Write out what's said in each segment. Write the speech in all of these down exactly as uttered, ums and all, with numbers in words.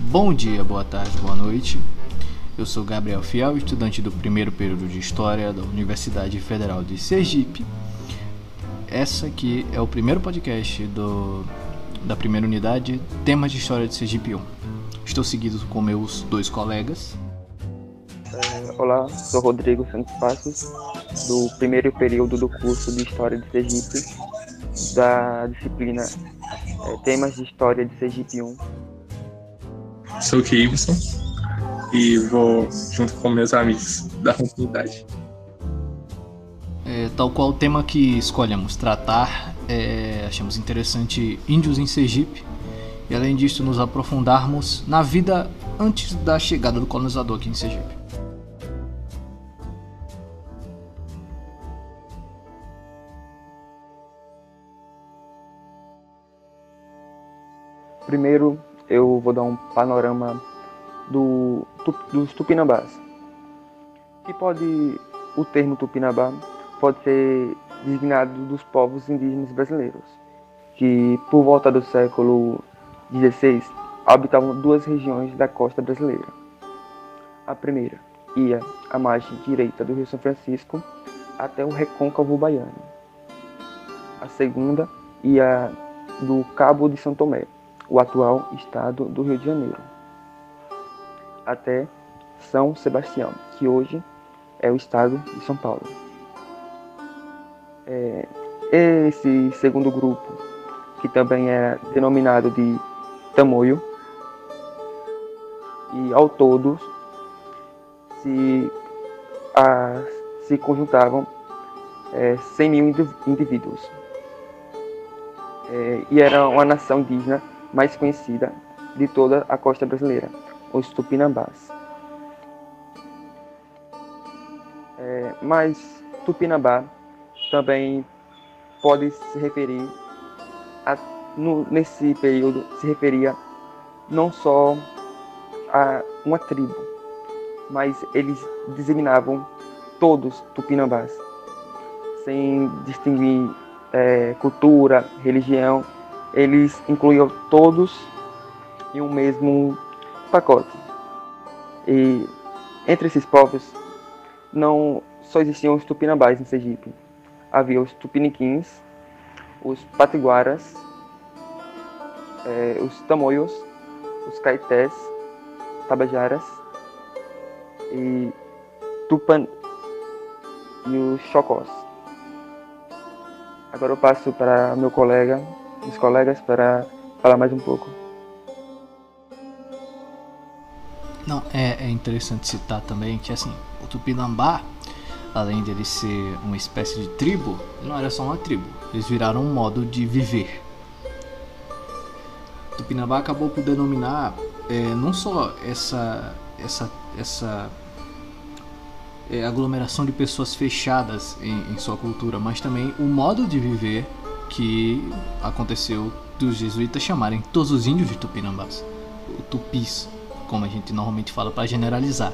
Bom dia, boa tarde, boa noite. Eu sou Gabriel Fiel, estudante do primeiro período de História da Universidade Federal de Sergipe. Essa aqui é o primeiro podcast do, da primeira unidade, Temas de História de Sergipe um. Estou seguido com meus dois colegas. É, olá, sou Rodrigo Santos Passos, do primeiro período do curso de História de Sergipe, da disciplina é, Temas de História de Sergipe um. Sou o Kivson e vou junto com meus amigos da comunidade. É, tal qual o tema que escolhemos tratar, é, achamos interessante índios em Sergipe e, além disso, nos aprofundarmos na vida antes da chegada do colonizador aqui em Sergipe. Primeiro, eu vou dar um panorama do, dos Tupinambás. Que pode, o termo Tupinambá pode ser designado dos povos indígenas brasileiros, que por volta do século dezesseis habitavam duas regiões da costa brasileira. A primeira ia à margem direita do Rio São Francisco até o Recôncavo Baiano. A segunda ia do Cabo de São Tomé, o atual estado do Rio de Janeiro, até São Sebastião, que hoje é o estado de São Paulo. É, esse segundo grupo, que também é denominado de Tamoio, e ao todo se, a, se conjuntavam é, cem mil indivíduos. É, e era uma nação indígena mais conhecida de toda a costa brasileira, os Tupinambás. É, mas Tupinambá também pode se referir, a, no, nesse período, se referia não só a uma tribo, mas eles designavam todos Tupinambás, sem distinguir é, cultura, religião. Eles incluíam todos em um mesmo pacote. E entre esses povos não só existiam os Tupinambás em Sergipe. Havia os Tupiniquins, os Patiguaras, eh, os Tamoios, os Caetés, Tabajaras e Tupan e os Chocós. Agora eu passo para meu colega os colegas para falar mais um pouco. Não, é, é interessante citar também que assim, o Tupinambá, além de ele ser uma espécie de tribo, não era só uma tribo, eles viraram um modo de viver. O Tupinambá acabou por denominar é, não só essa, essa, essa é, aglomeração de pessoas fechadas em, em sua cultura, mas também o modo de viver que aconteceu dos jesuítas chamarem todos os índios de Tupinambás, o tupis, como a gente normalmente fala para generalizar.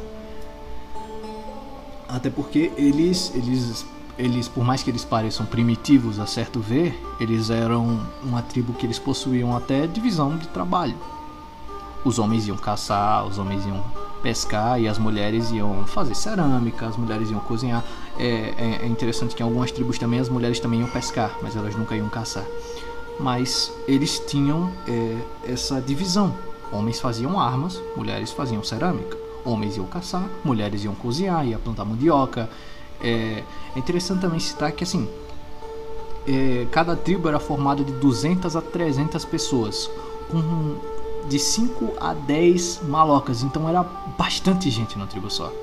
Até porque eles, eles, eles, por mais que eles pareçam primitivos a certo ver, eles eram uma tribo que eles possuíam até divisão de trabalho. Os homens iam caçar, os homens iam pescar e as mulheres iam fazer cerâmica, as mulheres iam cozinhar. É, é, é interessante que em algumas tribos também as mulheres também iam pescar, mas elas nunca iam caçar. Mas eles tinham é, essa divisão. Homens faziam armas, mulheres faziam cerâmica. Homens iam caçar, mulheres iam cozinhar, iam plantar mandioca. É, é interessante também citar que assim, é, cada tribo era formada de duzentas a trezentas pessoas, com de cinco a dez malocas, então era bastante gente na tribo só.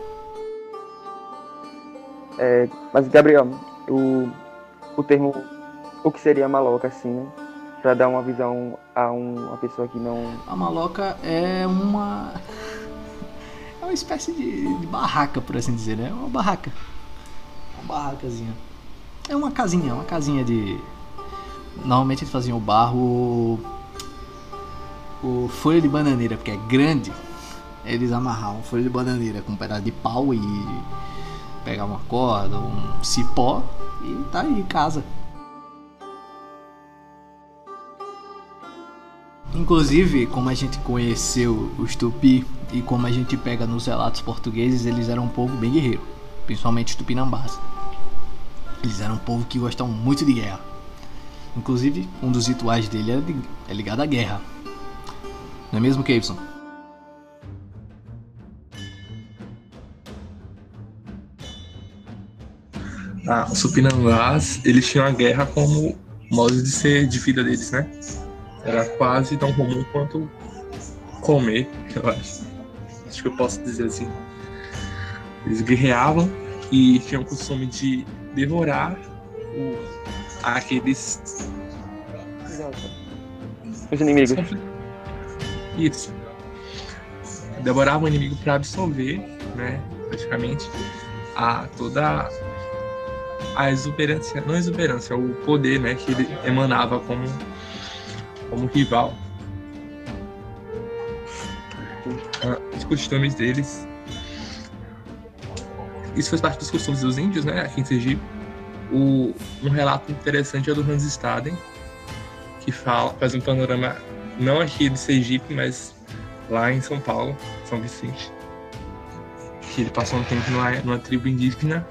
É, mas Gabriel, o, o termo, o que seria maloca, assim, né? Para dar uma visão a um, uma pessoa que não... A maloca é uma... é uma espécie de, de barraca, por assim dizer, né? Uma barraca. Uma barracazinha. É uma casinha, uma casinha de... Normalmente eles faziam o barro... o folha de bananeira, porque é grande. Eles amarravam folha de bananeira com um pedaço de pau e pegavam uma corda, um cipó e tá aí, casa. Inclusive, como a gente conheceu os Tupi e como a gente pega nos relatos portugueses, eles eram um povo bem guerreiro, principalmente os Tupinambás. Eles eram um povo que gostam muito de guerra. Inclusive, um dos rituais dele é, de, é ligado à guerra. Não é mesmo, Kevson? Ah, os Tupinambás, eles tinham a guerra como modo de ser de vida deles, né? Era quase tão comum quanto comer, eu acho. Acho que eu posso dizer assim. Eles guerreavam e tinham o costume de devorar o, aqueles... Os inimigos. Isso. Devoravam o inimigo para absorver, né, praticamente, a toda a exuberância, não exuberância, o poder, né, que ele emanava como, como rival. Ah, os costumes deles. Isso faz parte dos costumes dos índios, né, aqui em Sergipe. O, um relato interessante é do Hans Staden, que fala, faz um panorama não aqui de Sergipe, mas lá em São Paulo, São Vicente. Que ele passou um tempo numa, numa tribo indígena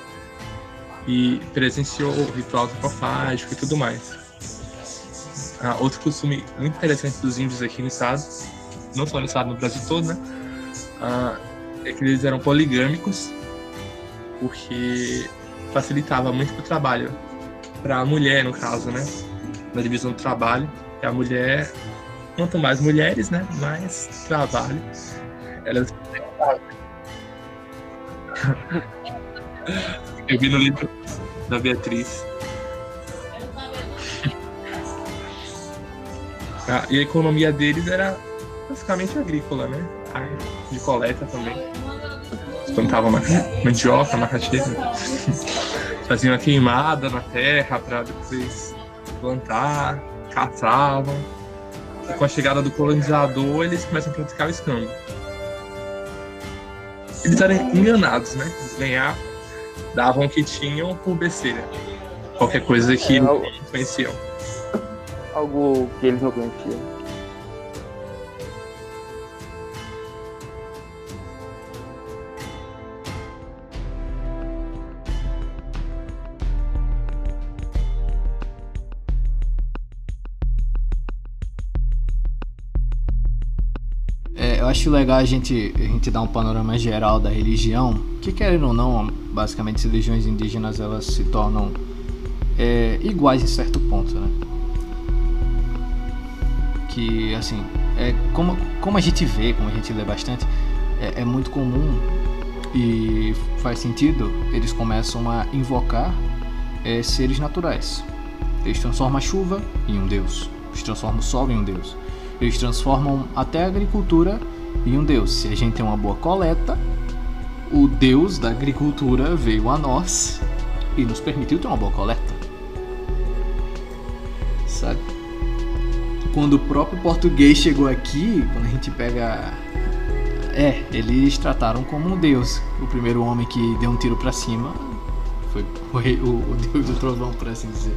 e presenciou o ritual antropofágico e tudo mais. Ah, outro costume muito interessante dos índios aqui no estado, não só no estado, no Brasil todo, né? Ah, é que eles eram poligâmicos, porque facilitava muito o trabalho para a mulher, no caso, né? Na divisão do trabalho, que a mulher, quanto mais mulheres, né? Mais trabalho. Elas... Eu vi no livro da Beatriz. Ah, e a economia deles era basicamente agrícola, né? De coleta também. Eles plantavam mandioca, macaxeira. Faziam a queimada na terra para depois plantar, caçavam. E com a chegada do colonizador, eles começam a praticar o escambo. Eles eram enganados, né? Eles ganhavam, davam o que tinham por besteira. Qualquer coisa que eles não conheciam. Algo que eles não conheciam. Eu acho legal a gente, a gente dar um panorama geral da religião, que querendo ou não, basicamente as religiões indígenas elas se tornam é, iguais em certo ponto, né? Que assim, é, como, como a gente vê, como a gente lê bastante, é, é muito comum e faz sentido, eles começam a invocar é, seres naturais. Eles transformam a chuva em um deus, eles transformam o sol em um deus. Eles transformam até a agricultura em um deus. Se a gente tem uma boa coleta, o deus da agricultura veio a nós e nos permitiu ter uma boa coleta. Sabe? Quando o próprio português chegou aqui, quando a gente pega... É, eles trataram como um deus. O primeiro homem que deu um tiro pra cima foi, foi o, o deus do trovão, por assim dizer.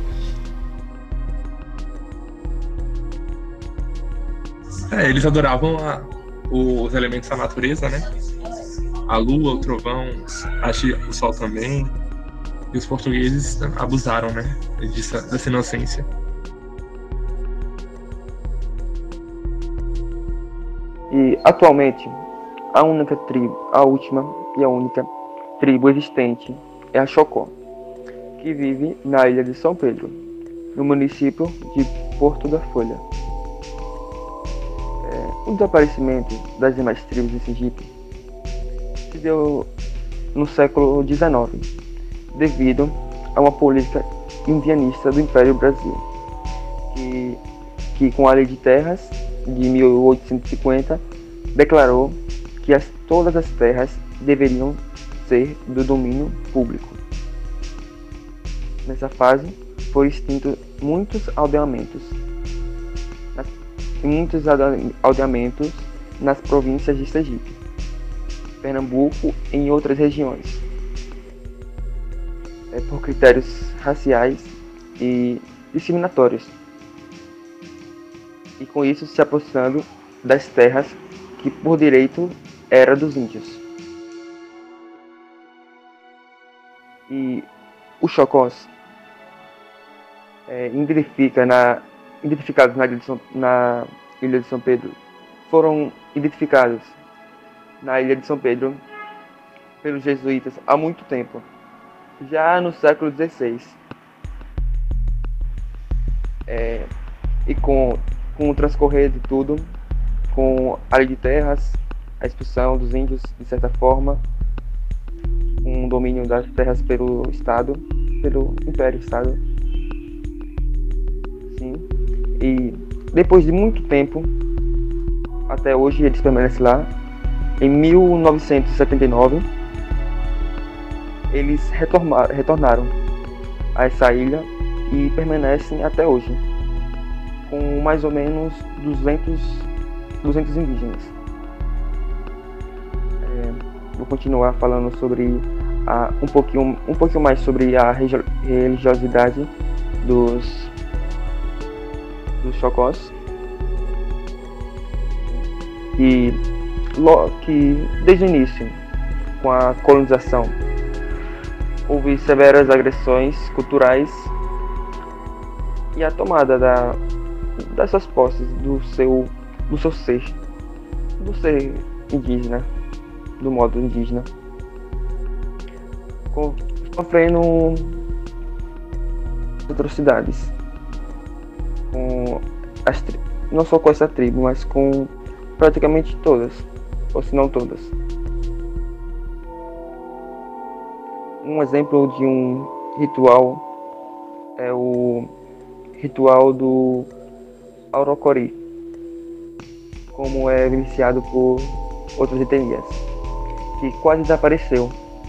É, eles adoravam a, os elementos da natureza, né? A lua, o trovão, acho que o sol também. E os portugueses abusaram, né? Dessa, dessa inocência. E atualmente, a única tribo, a última e a única tribo existente é a Chocó, que vive na ilha de São Pedro, no município de Porto da Folha. O desaparecimento das demais tribos de Sergipe se deu no século dezenove, devido a uma política indianista do Império Brasil, que, que com a Lei de Terras de mil oitocentos e cinquenta declarou que as, todas as terras deveriam ser do domínio público. Nessa fase, foram extintos muitos aldeamentos e muitos aldeamentos nas províncias de Sergipe, Pernambuco e em outras regiões, é, por critérios raciais e discriminatórios. e com isso se aproximando das terras que por direito era dos índios. E os Chocós, é, identifica na, identificados na ilha, de São, na ilha de São Pedro, foram identificados na ilha de São Pedro pelos jesuítas há muito tempo, já no século dezesseis. É, e com, com o transcorrer de tudo, com a lei de terras, a expulsão dos índios, de certa forma, um domínio das terras pelo Estado, pelo Império Estado. Sim. E depois de muito tempo, até hoje eles permanecem lá. Em mil novecentos e setenta e nove, eles retornaram, retornaram a essa ilha e permanecem até hoje, com mais ou menos duzentos, duzentos indígenas. É, vou continuar falando sobre a, um, pouquinho, um pouquinho mais sobre a religiosidade dos, dos Chocós. E que desde o início, com a colonização, houve severas agressões culturais e a tomada da, dessas posses do seu, do seu ser, do ser indígena, do modo indígena, sofrendo atrocidades, com as, não só com essa tribo, mas com praticamente todas, ou se não todas. Um exemplo de um ritual é o ritual do Aurocori, como é iniciado por outras etnias, que quase desapareceu,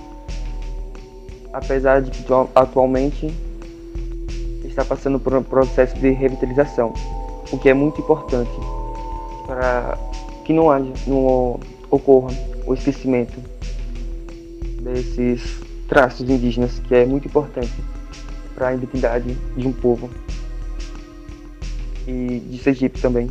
apesar de que atualmente está passando por um processo de revitalização, o que é muito importante para que não haja, não ocorra o esquecimento desses traços indígenas, que é muito importante para a identidade de um povo e de Sergipe também.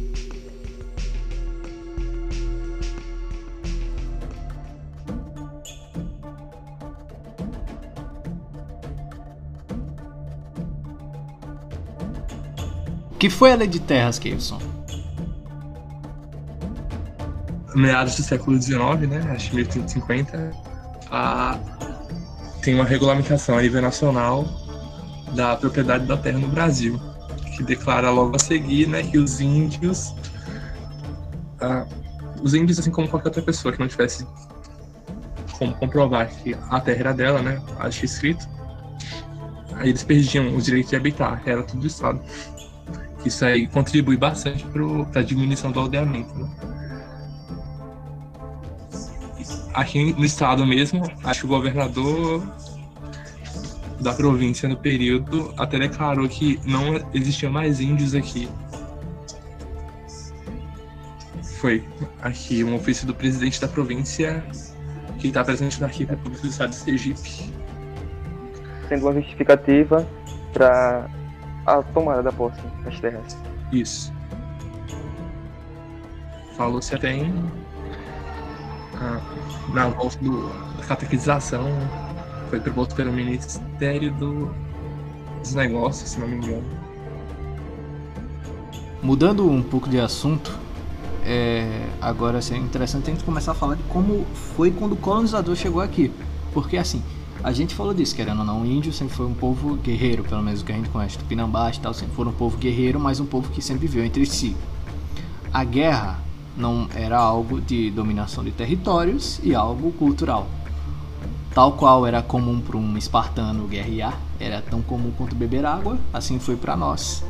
O que foi a Lei de Terras, Keilson? Meados do século dezenove, né, acho que mil oitocentos e cinquenta, a... tem uma regulamentação a nível nacional da propriedade da terra no Brasil, que declara logo a seguir, né, que os índios, ah, os índios, assim como qualquer outra pessoa que não tivesse como comprovar que a terra era dela, né, acho escrito, aí eles perdiam o direito de habitar, era tudo do Estado. Isso aí contribui bastante para a diminuição do aldeamento, né? Aqui no estado mesmo, acho que o governador da província no período até declarou que não existiam mais índios aqui. Foi aqui um ofício do presidente da província que está presente na Arquivo Público do Estado de Sergipe. Sendo uma justificativa para a tomada da posse das terras. Isso. Falou-se até em ah, na volta do, da catequização, foi proposto pelo Ministério do, dos Negócios, se não me engano. Mudando um pouco de assunto, é, agora assim, é interessante a gente começar a falar de como foi quando o colonizador chegou aqui. Porque assim, a gente falou disso, querendo ou não, o índio sempre foi um povo guerreiro, pelo menos o que a gente conhece, Tupinambás e tal, sempre foram um povo guerreiro, mas um povo que sempre viveu entre si. A guerra não era algo de dominação de territórios e algo cultural. Tal qual era comum para um espartano guerrear, era tão comum quanto beber água, assim foi para nós.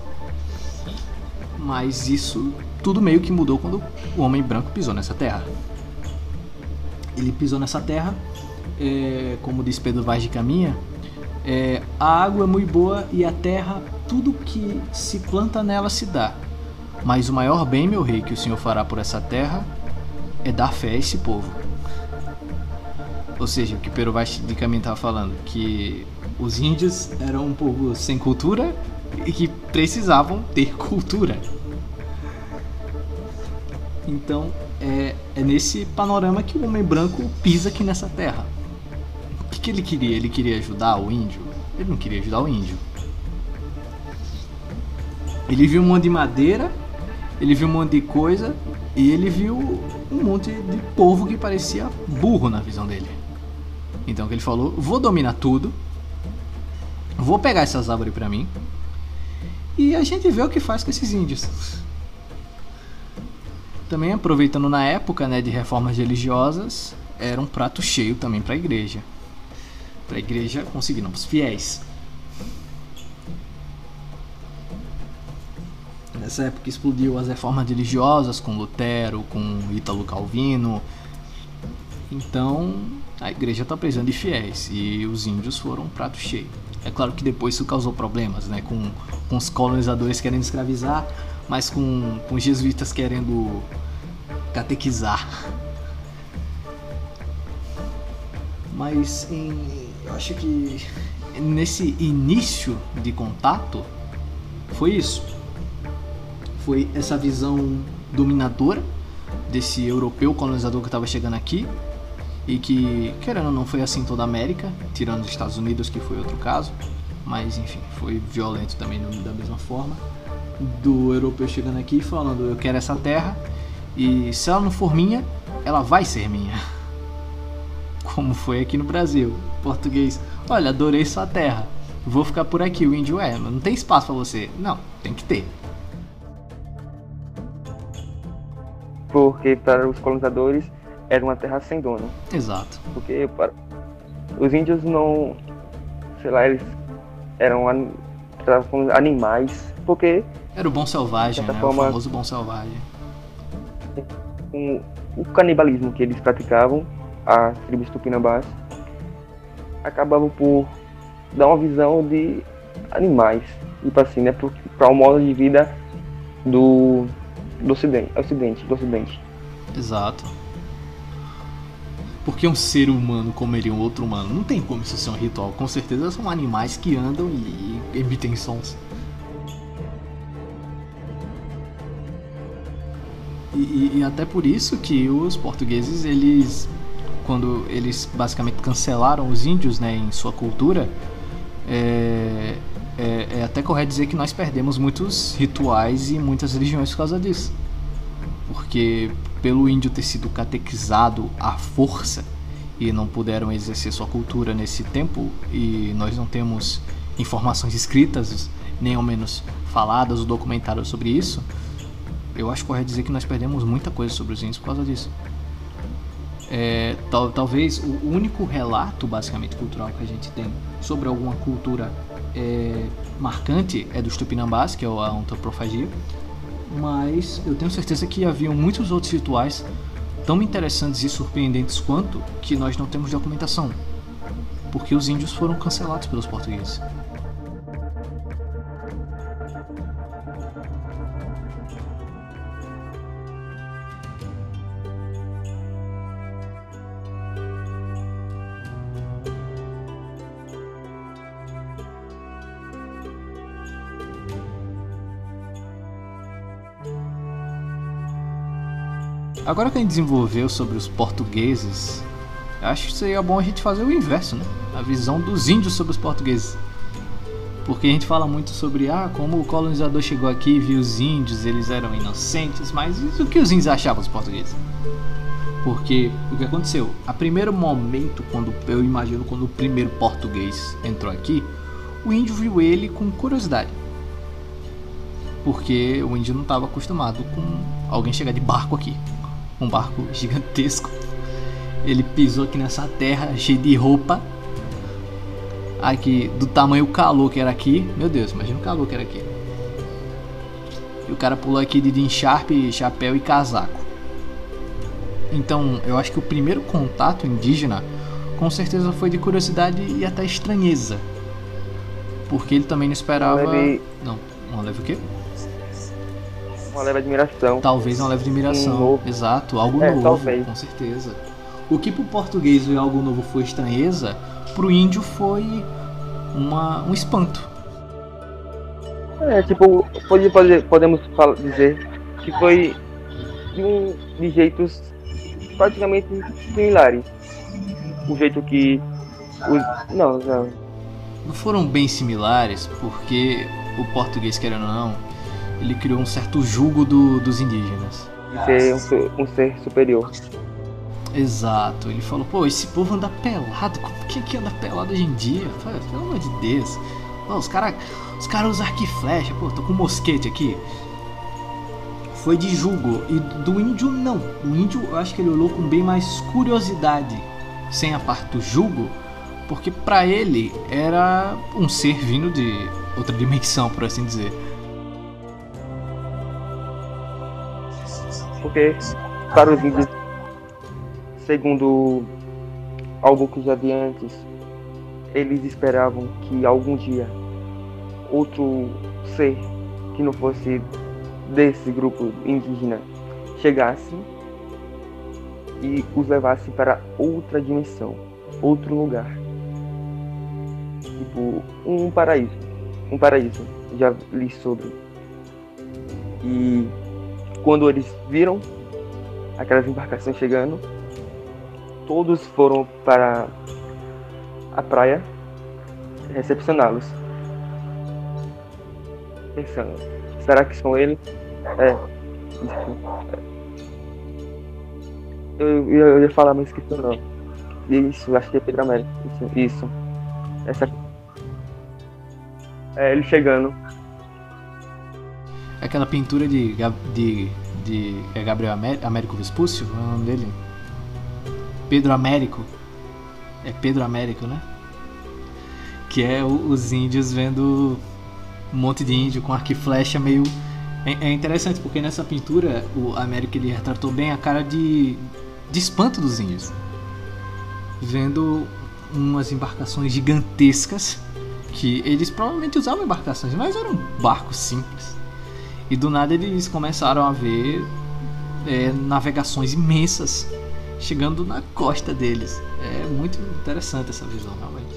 Mas isso tudo meio que mudou quando o homem branco pisou nessa terra. Ele pisou nessa terra, é, como diz Pedro Vaz de Caminha, é, a água é muito boa e a terra, tudo que se planta nela se dá. Mas o maior bem, meu rei, que o Senhor fará por essa terra é dar fé a esse povo. Ou seja, o que Pedro Vaz de Caminha estava falando, que os índios eram um povo sem cultura e que precisavam ter cultura. Então é, é nesse panorama que o homem branco pisa aqui nessa terra. O que, que ele queria? Ele queria ajudar o índio? Ele não queria ajudar o índio. Ele viu um monte de madeira, ele viu um monte de coisa e ele viu um monte de povo que parecia burro na visão dele. Então o que ele falou: vou dominar tudo, vou pegar essas árvores pra mim e a gente vê o que faz com esses índios. Também aproveitando na época, né, de reformas religiosas, era um prato cheio também para a igreja. Para a igreja conseguir novos fiéis. Nessa época explodiu as reformas religiosas com Lutero, com Ítalo Calvino. Então a igreja está precisando de fiéis e os índios foram um prato cheio. É claro que depois isso causou problemas, né, com, com os colonizadores querendo escravizar, mas com, com os jesuítas querendo catequizar. Mas em, eu acho que nesse início de contato foi isso. Foi essa visão dominadora desse europeu colonizador que estava chegando aqui e que, querendo ou não, foi assim em toda a América, tirando os Estados Unidos, que foi outro caso, mas enfim, foi violento também da mesma forma, do europeu chegando aqui falando: eu quero essa terra e se ela não for minha, ela vai ser minha. Como foi aqui no Brasil, português: olha, adorei sua terra, vou ficar por aqui. O índio: é, não tem espaço pra você. Não, tem que ter. Porque para os colonizadores era uma terra sem dono. Exato. Porque para os índios não, sei lá, eles eram an... animais, porque era o bom selvagem, né? Forma, o famoso bom selvagem. Com o canibalismo que eles praticavam, as tribos tupinambás, acabavam por dar uma visão de animais, tipo assim, né, para o modo de vida do, do ocidente, ocidente, do ocidente. Exato. Porque um ser humano comeria um outro humano? Não tem como isso ser um ritual. Com certeza são animais que andam e emitem sons. E, e, e até por isso que os portugueses, eles, quando eles basicamente cancelaram os índios, né, em sua cultura, é, é, é até correto dizer que nós perdemos muitos rituais e muitas religiões por causa disso. Porque pelo índio ter sido catequizado à força e não puderam exercer sua cultura nesse tempo, e nós não temos informações escritas, nem ao menos faladas ou documentadas sobre isso, eu acho correto dizer que nós perdemos muita coisa sobre os índios por causa disso. É, tal, talvez o único relato basicamente cultural que a gente tem sobre alguma cultura é, marcante é dos tupinambás, que é a antropofagia, mas eu tenho certeza que haviam muitos outros rituais tão interessantes e surpreendentes quanto, que nós não temos documentação, porque os índios foram cancelados pelos portugueses. Agora que a gente desenvolveu sobre os portugueses, acho que seria bom a gente fazer o inverso, né? A visão dos índios sobre os portugueses. Porque a gente fala muito sobre ah, como o colonizador chegou aqui e viu os índios, eles eram inocentes, mas o que os índios achavam dos portugueses? Porque o que aconteceu? A primeiro momento, quando eu imagino quando o primeiro português entrou aqui, o índio viu ele com curiosidade. Porque o índio não estava acostumado com alguém chegar de barco aqui. Um barco gigantesco. Ele pisou aqui nessa terra cheia de roupa. Aqui, do tamanho do calor que era aqui. Meu Deus, imagina o calor que era aqui. E o cara pulou aqui de jean sharp, chapéu e casaco. Então, eu acho que o primeiro contato indígena com certeza foi de curiosidade e até estranheza. Porque ele também não esperava... Leve... Não, uma leve o quê? Uma leve admiração. Talvez uma leve admiração. Um Exato, algo é, novo, talvez. Com certeza. O que pro português ver algo novo foi estranheza, pro índio foi uma, um espanto. É, tipo, pode, pode, podemos falar, dizer que foi de, um, de jeitos praticamente similares. O jeito que os... Não, não. Não foram bem similares, porque o português, querendo ou não, ele criou um certo julgo do, dos indígenas. De ser um, ser um ser superior. Exato, ele falou, pô, esse povo anda pelado, quem que anda pelado hoje em dia? Pelo amor de Deus. Pô, os caras os cara usam arco e flecha, pô, tô com um mosquete aqui. Foi de julgo, e do índio não. O índio, eu acho que ele olhou com bem mais curiosidade, sem a parte do julgo, porque pra ele era um ser vindo de outra dimensão, por assim dizer. Porque para os índios, segundo algo que já vi antes, eles esperavam que algum dia outro ser que não fosse desse grupo indígena chegasse e os levasse para outra dimensão, outro lugar. Tipo, um paraíso. Um paraíso. Já li sobre. E quando eles viram aquelas embarcações chegando, todos foram para a praia recepcioná-los. Pensando, será que são eles? É. Eu, eu, eu ia falar, mas esqueci não. Isso, acho que é Pedro Américo. Isso. isso. Essa... É, ele chegando. Aquela pintura de, de, de é Gabriel Américo Vespúcio, é o nome dele? Pedro Américo. É Pedro Américo, né? Que é o, os índios vendo um monte de índio com arco e flecha meio... É, é interessante porque nessa pintura o Américo ele retratou bem a cara de, de espanto dos índios. Vendo umas embarcações gigantescas, que eles provavelmente usavam embarcações, mas eram barcos simples. E do nada eles começaram a ver é, navegações imensas chegando na costa deles. É muito interessante essa visão, realmente.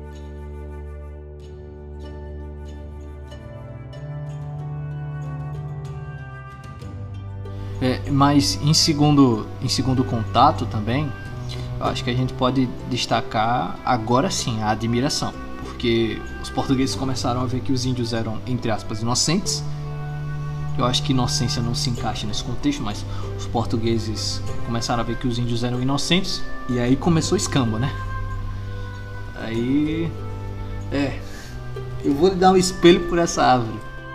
É, mas em segundo, em segundo contato também, eu acho que a gente pode destacar agora sim a admiração, porque os portugueses começaram a ver que os índios eram, entre aspas, inocentes. Eu acho que inocência não se encaixa nesse contexto, mas os portugueses começaram a ver que os índios eram inocentes, e aí começou o escambo, né? Aí... É... Eu vou lhe dar um espelho por essa árvore.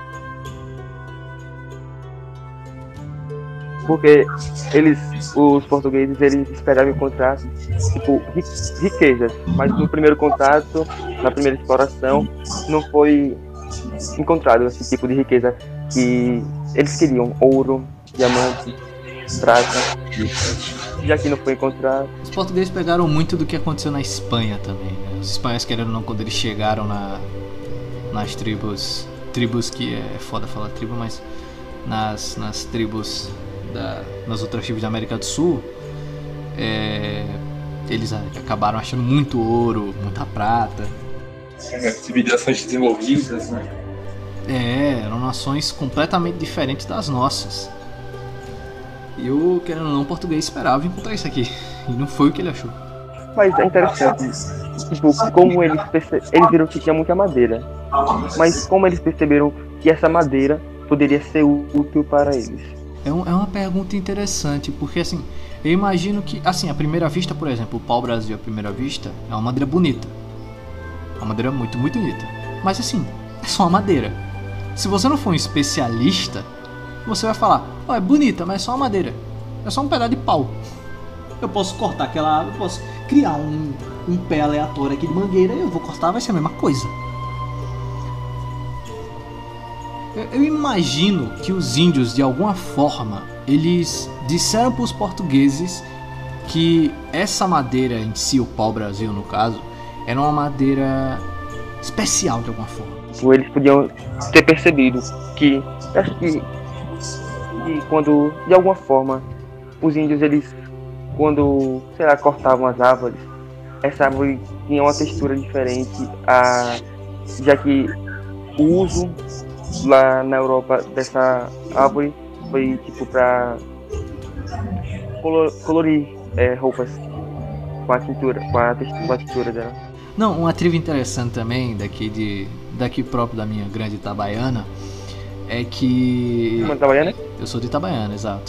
Porque eles, os portugueses, eles esperavam encontrar, tipo, riquezas. Mas no primeiro contato, na primeira exploração, não foi encontrado esse tipo de riqueza que eles queriam: ouro, diamante, prata. Já que não foi encontrado. Os portugueses pegaram muito do que aconteceu na Espanha também, né? Os espanhóis, querendo ou não, quando eles chegaram na, nas tribos, tribos que é foda falar tribo, mas nas, nas tribos, da, nas outras tribos da América do Sul, é, eles acabaram achando muito ouro, muita prata. Civilizações desenvolvidas, né? É, eram nações completamente diferentes das nossas. E eu, querendo ou não, o português esperava encontrar isso aqui. E não foi o que ele achou. Mas é interessante, tipo, como eles, perce... eles viram que tinha muita madeira. Mas como eles perceberam que essa madeira poderia ser útil para eles? É, um, é uma pergunta interessante, porque assim, eu imagino que, assim, à primeira vista, por exemplo, o pau-brasil à primeira vista é uma madeira bonita. É uma madeira muito, muito bonita. Mas assim, é só uma madeira. Se você não for um especialista, você vai falar, ó, oh, é bonita, mas é só uma madeira. É só um pedaço de pau. Eu posso cortar aquela árvore, eu posso criar um, um pé aleatório aqui de mangueira e eu vou cortar, vai ser a mesma coisa. Eu, eu imagino que os índios, de alguma forma, eles disseram para os portugueses que essa madeira em si, o pau-brasil no caso, era uma madeira especial de alguma forma. Ou eles podiam ter percebido que, acho que, que quando, de alguma forma, os índios, eles, quando, sei lá, cortavam as árvores, essa árvore tinha uma textura diferente, a, já que o uso lá na Europa dessa árvore foi tipo para color, colorir é, roupas com a tintura, com a, com a tintura dela. Não, uma tribo interessante também daqui, de, daqui próprio da minha grande Itabaiana é que... Uma Itabaiana? Eu sou de Itabaiana, exato.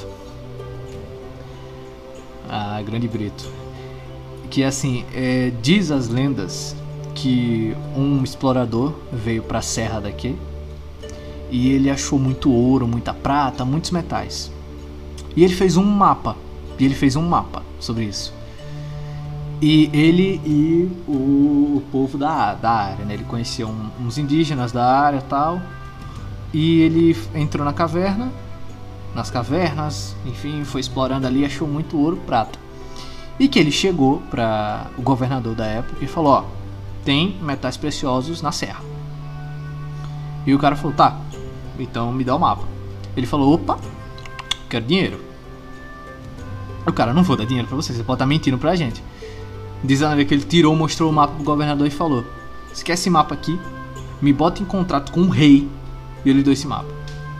A Grande Brito. Que assim, é, diz as lendas que um explorador veio para a serra daqui e ele achou muito ouro, muita prata, muitos metais. E ele fez um mapa. E ele fez um mapa sobre isso. E ele e o, o povo da, da área, né? Ele conhecia um, uns indígenas da área e tal. E ele entrou na caverna, nas cavernas, enfim, foi explorando ali e achou muito ouro, prata. E que ele chegou para o governador da época e falou, ó, tem metais preciosos na serra. E o cara falou, tá, então me dá o mapa. Ele falou, opa, quero dinheiro. O cara, não vou dar dinheiro pra você, você pode estar mentindo pra gente. Diz a lenda que ele tirou, mostrou o mapa pro governador e falou, se quer esse mapa aqui, me bota em contrato com o rei e ele deu esse mapa.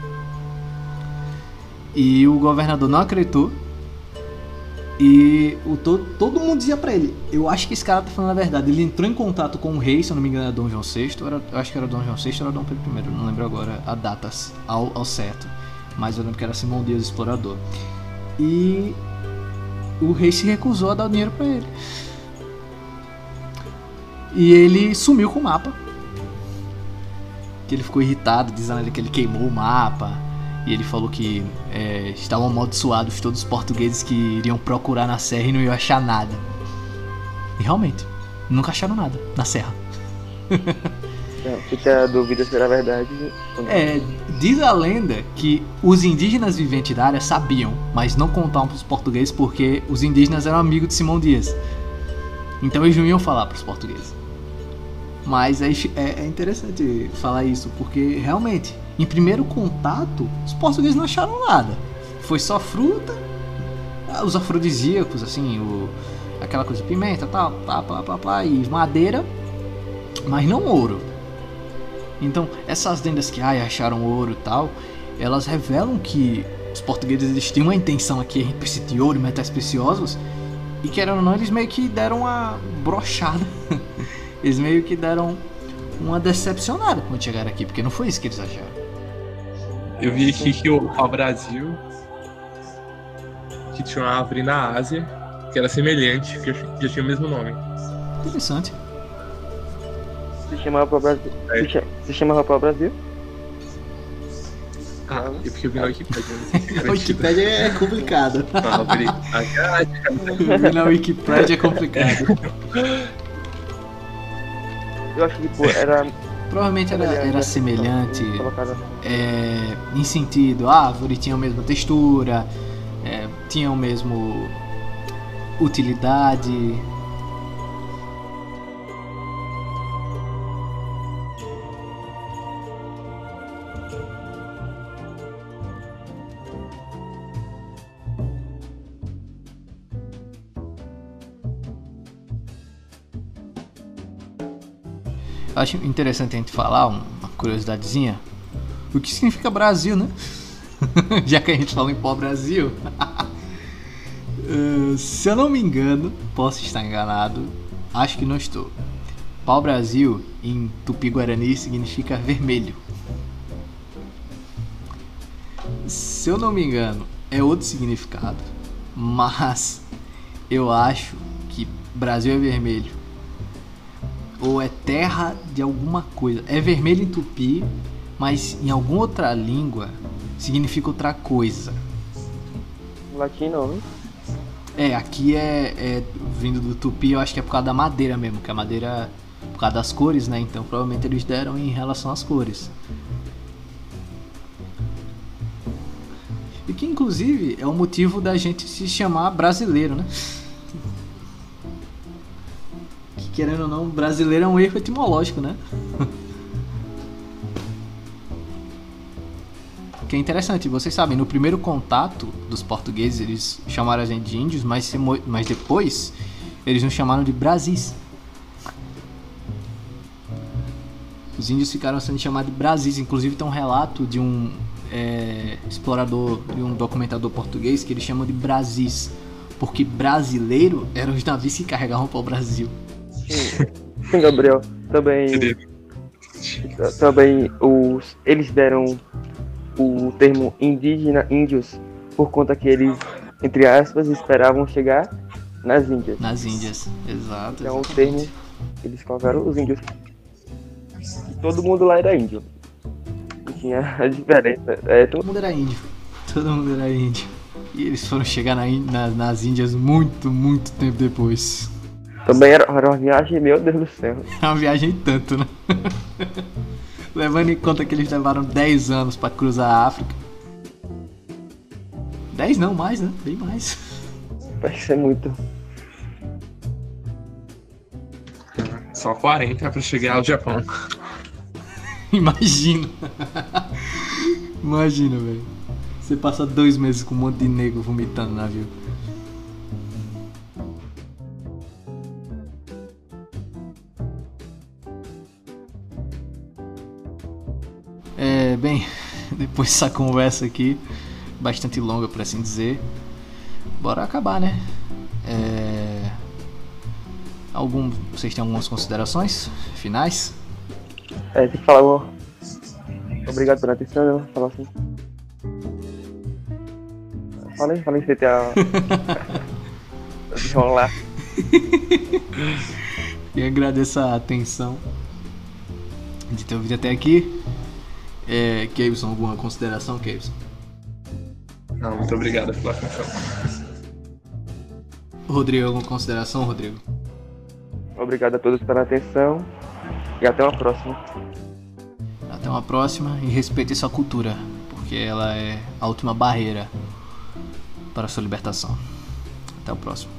E o governador não acreditou. E o todo, todo mundo dizia pra ele, eu acho que esse cara tá falando a verdade. Ele entrou em contato com o rei, se eu não me engano era Dom João sexto, era, eu acho que era Dom João sexto ou era Dom Pedro primeiro, não lembro agora a data ao, ao certo. Mas eu lembro que era Simão Dias, explorador. E o rei se recusou a dar o dinheiro pra ele. E ele sumiu com o mapa. Que ele ficou irritado, dizendo que ele queimou o mapa. E ele falou que é, estavam amaldiçoados todos os portugueses que iriam procurar na serra e não iam achar nada. E realmente, nunca acharam nada na serra. Não, fica a dúvida se era verdade. É, diz a lenda que os indígenas viventes da área sabiam, mas não contavam para os portugueses porque os indígenas eram amigos de Simão Dias. Então eles não iam falar para os portugueses. Mas é, é interessante falar isso, porque realmente, em primeiro contato, os portugueses não acharam nada. Foi só fruta, os afrodisíacos, assim, o, aquela coisa, pimenta, tal, pá, pá, pá, pá, e madeira, mas não ouro. Então, essas lendas que ai, acharam ouro e tal, elas revelam que os portugueses eles tinham uma intenção aqui, a gente precisa de ouro, metais preciosos, e querendo ou não, eles meio que deram uma brochada. Eles meio que deram uma decepcionada quando chegaram aqui, porque não foi isso que eles acharam. Eu vi aqui que o pau-brasil, que tinha uma árvore na Ásia, que era semelhante, que já tinha o mesmo nome. Interessante. Se chamava pau-brasil? É. Se, chama, se chamava pau-brasil? Ah, é porque eu vi na Wikipédia. Não sei se é A Wikipédia é complicado. Ah, árvore asiática. Na Wikipédia é complicado. Eu acho que pô, era... Provavelmente era, era semelhante é, em sentido, a árvore tinha a mesma textura, é, tinha o mesmo utilidade. Acho interessante a gente falar, uma curiosidadezinha, o que significa Brasil, né? Já que a gente falou em pau-brasil. uh, se eu não me engano, posso estar enganado, acho que não estou. Pau-brasil, em Tupi-Guarani, significa vermelho. Se eu não me engano, é outro significado, mas eu acho que Brasil é vermelho. Ou é terra de alguma coisa. É vermelho em tupi, mas em alguma outra língua significa outra coisa. Latino, né? É, aqui é, é vindo do tupi, eu acho que é por causa da madeira mesmo, que a madeira, por causa das cores, né? Então provavelmente eles deram em relação às cores. E que inclusive é o motivo da gente se chamar brasileiro, né? Querendo ou não, brasileiro é um erro etimológico, né? Que é interessante, vocês sabem, no primeiro contato dos portugueses, eles chamaram a gente de índios, mas, mas depois eles nos chamaram de Brasis. Os índios ficaram sendo chamados de Brasis, inclusive tem um relato de um, é, explorador e um documentador português que ele chama de Brasis, porque brasileiro eram os navios que carregavam para o Brasil. Sim, Gabriel, também, também os, eles deram o termo indígena, índios, por conta que eles, entre aspas, esperavam chegar nas Índias. Nas Índias, exato. Então o termo, eles colocaram os índios. E todo mundo lá era índio. E tinha a diferença. É, todo... todo mundo era índio. Todo mundo era índio. E eles foram chegar na, na, nas Índias muito, muito tempo depois. Também era, era uma viagem, meu Deus do céu. Era uma viagem tanto, né? Levando em conta que eles levaram dez anos pra cruzar a África. dez não, mais, né? Bem mais. Vai ser muito. Só quarenta pra chegar ao Japão. Imagina. Imagina, velho. Você passa dois meses com um monte de negro vomitando no navio. É, bem, depois dessa conversa aqui, bastante longa por assim dizer, bora acabar, né? É... Algum... Vocês têm algumas considerações finais? É, tem que falar uma... Obrigado pela atenção, eu vou falar assim. Falei, falei que você tem a... Vamos lá. E agradeço a atenção de ter ouvido até aqui. É, Kevson, alguma consideração, Kevson? Não, muito obrigado pela atenção. Rodrigo, alguma consideração, Rodrigo? Obrigado a todos pela atenção e até uma próxima. Até uma próxima e respeite sua cultura, porque ela é a última barreira para a sua libertação. Até o próximo.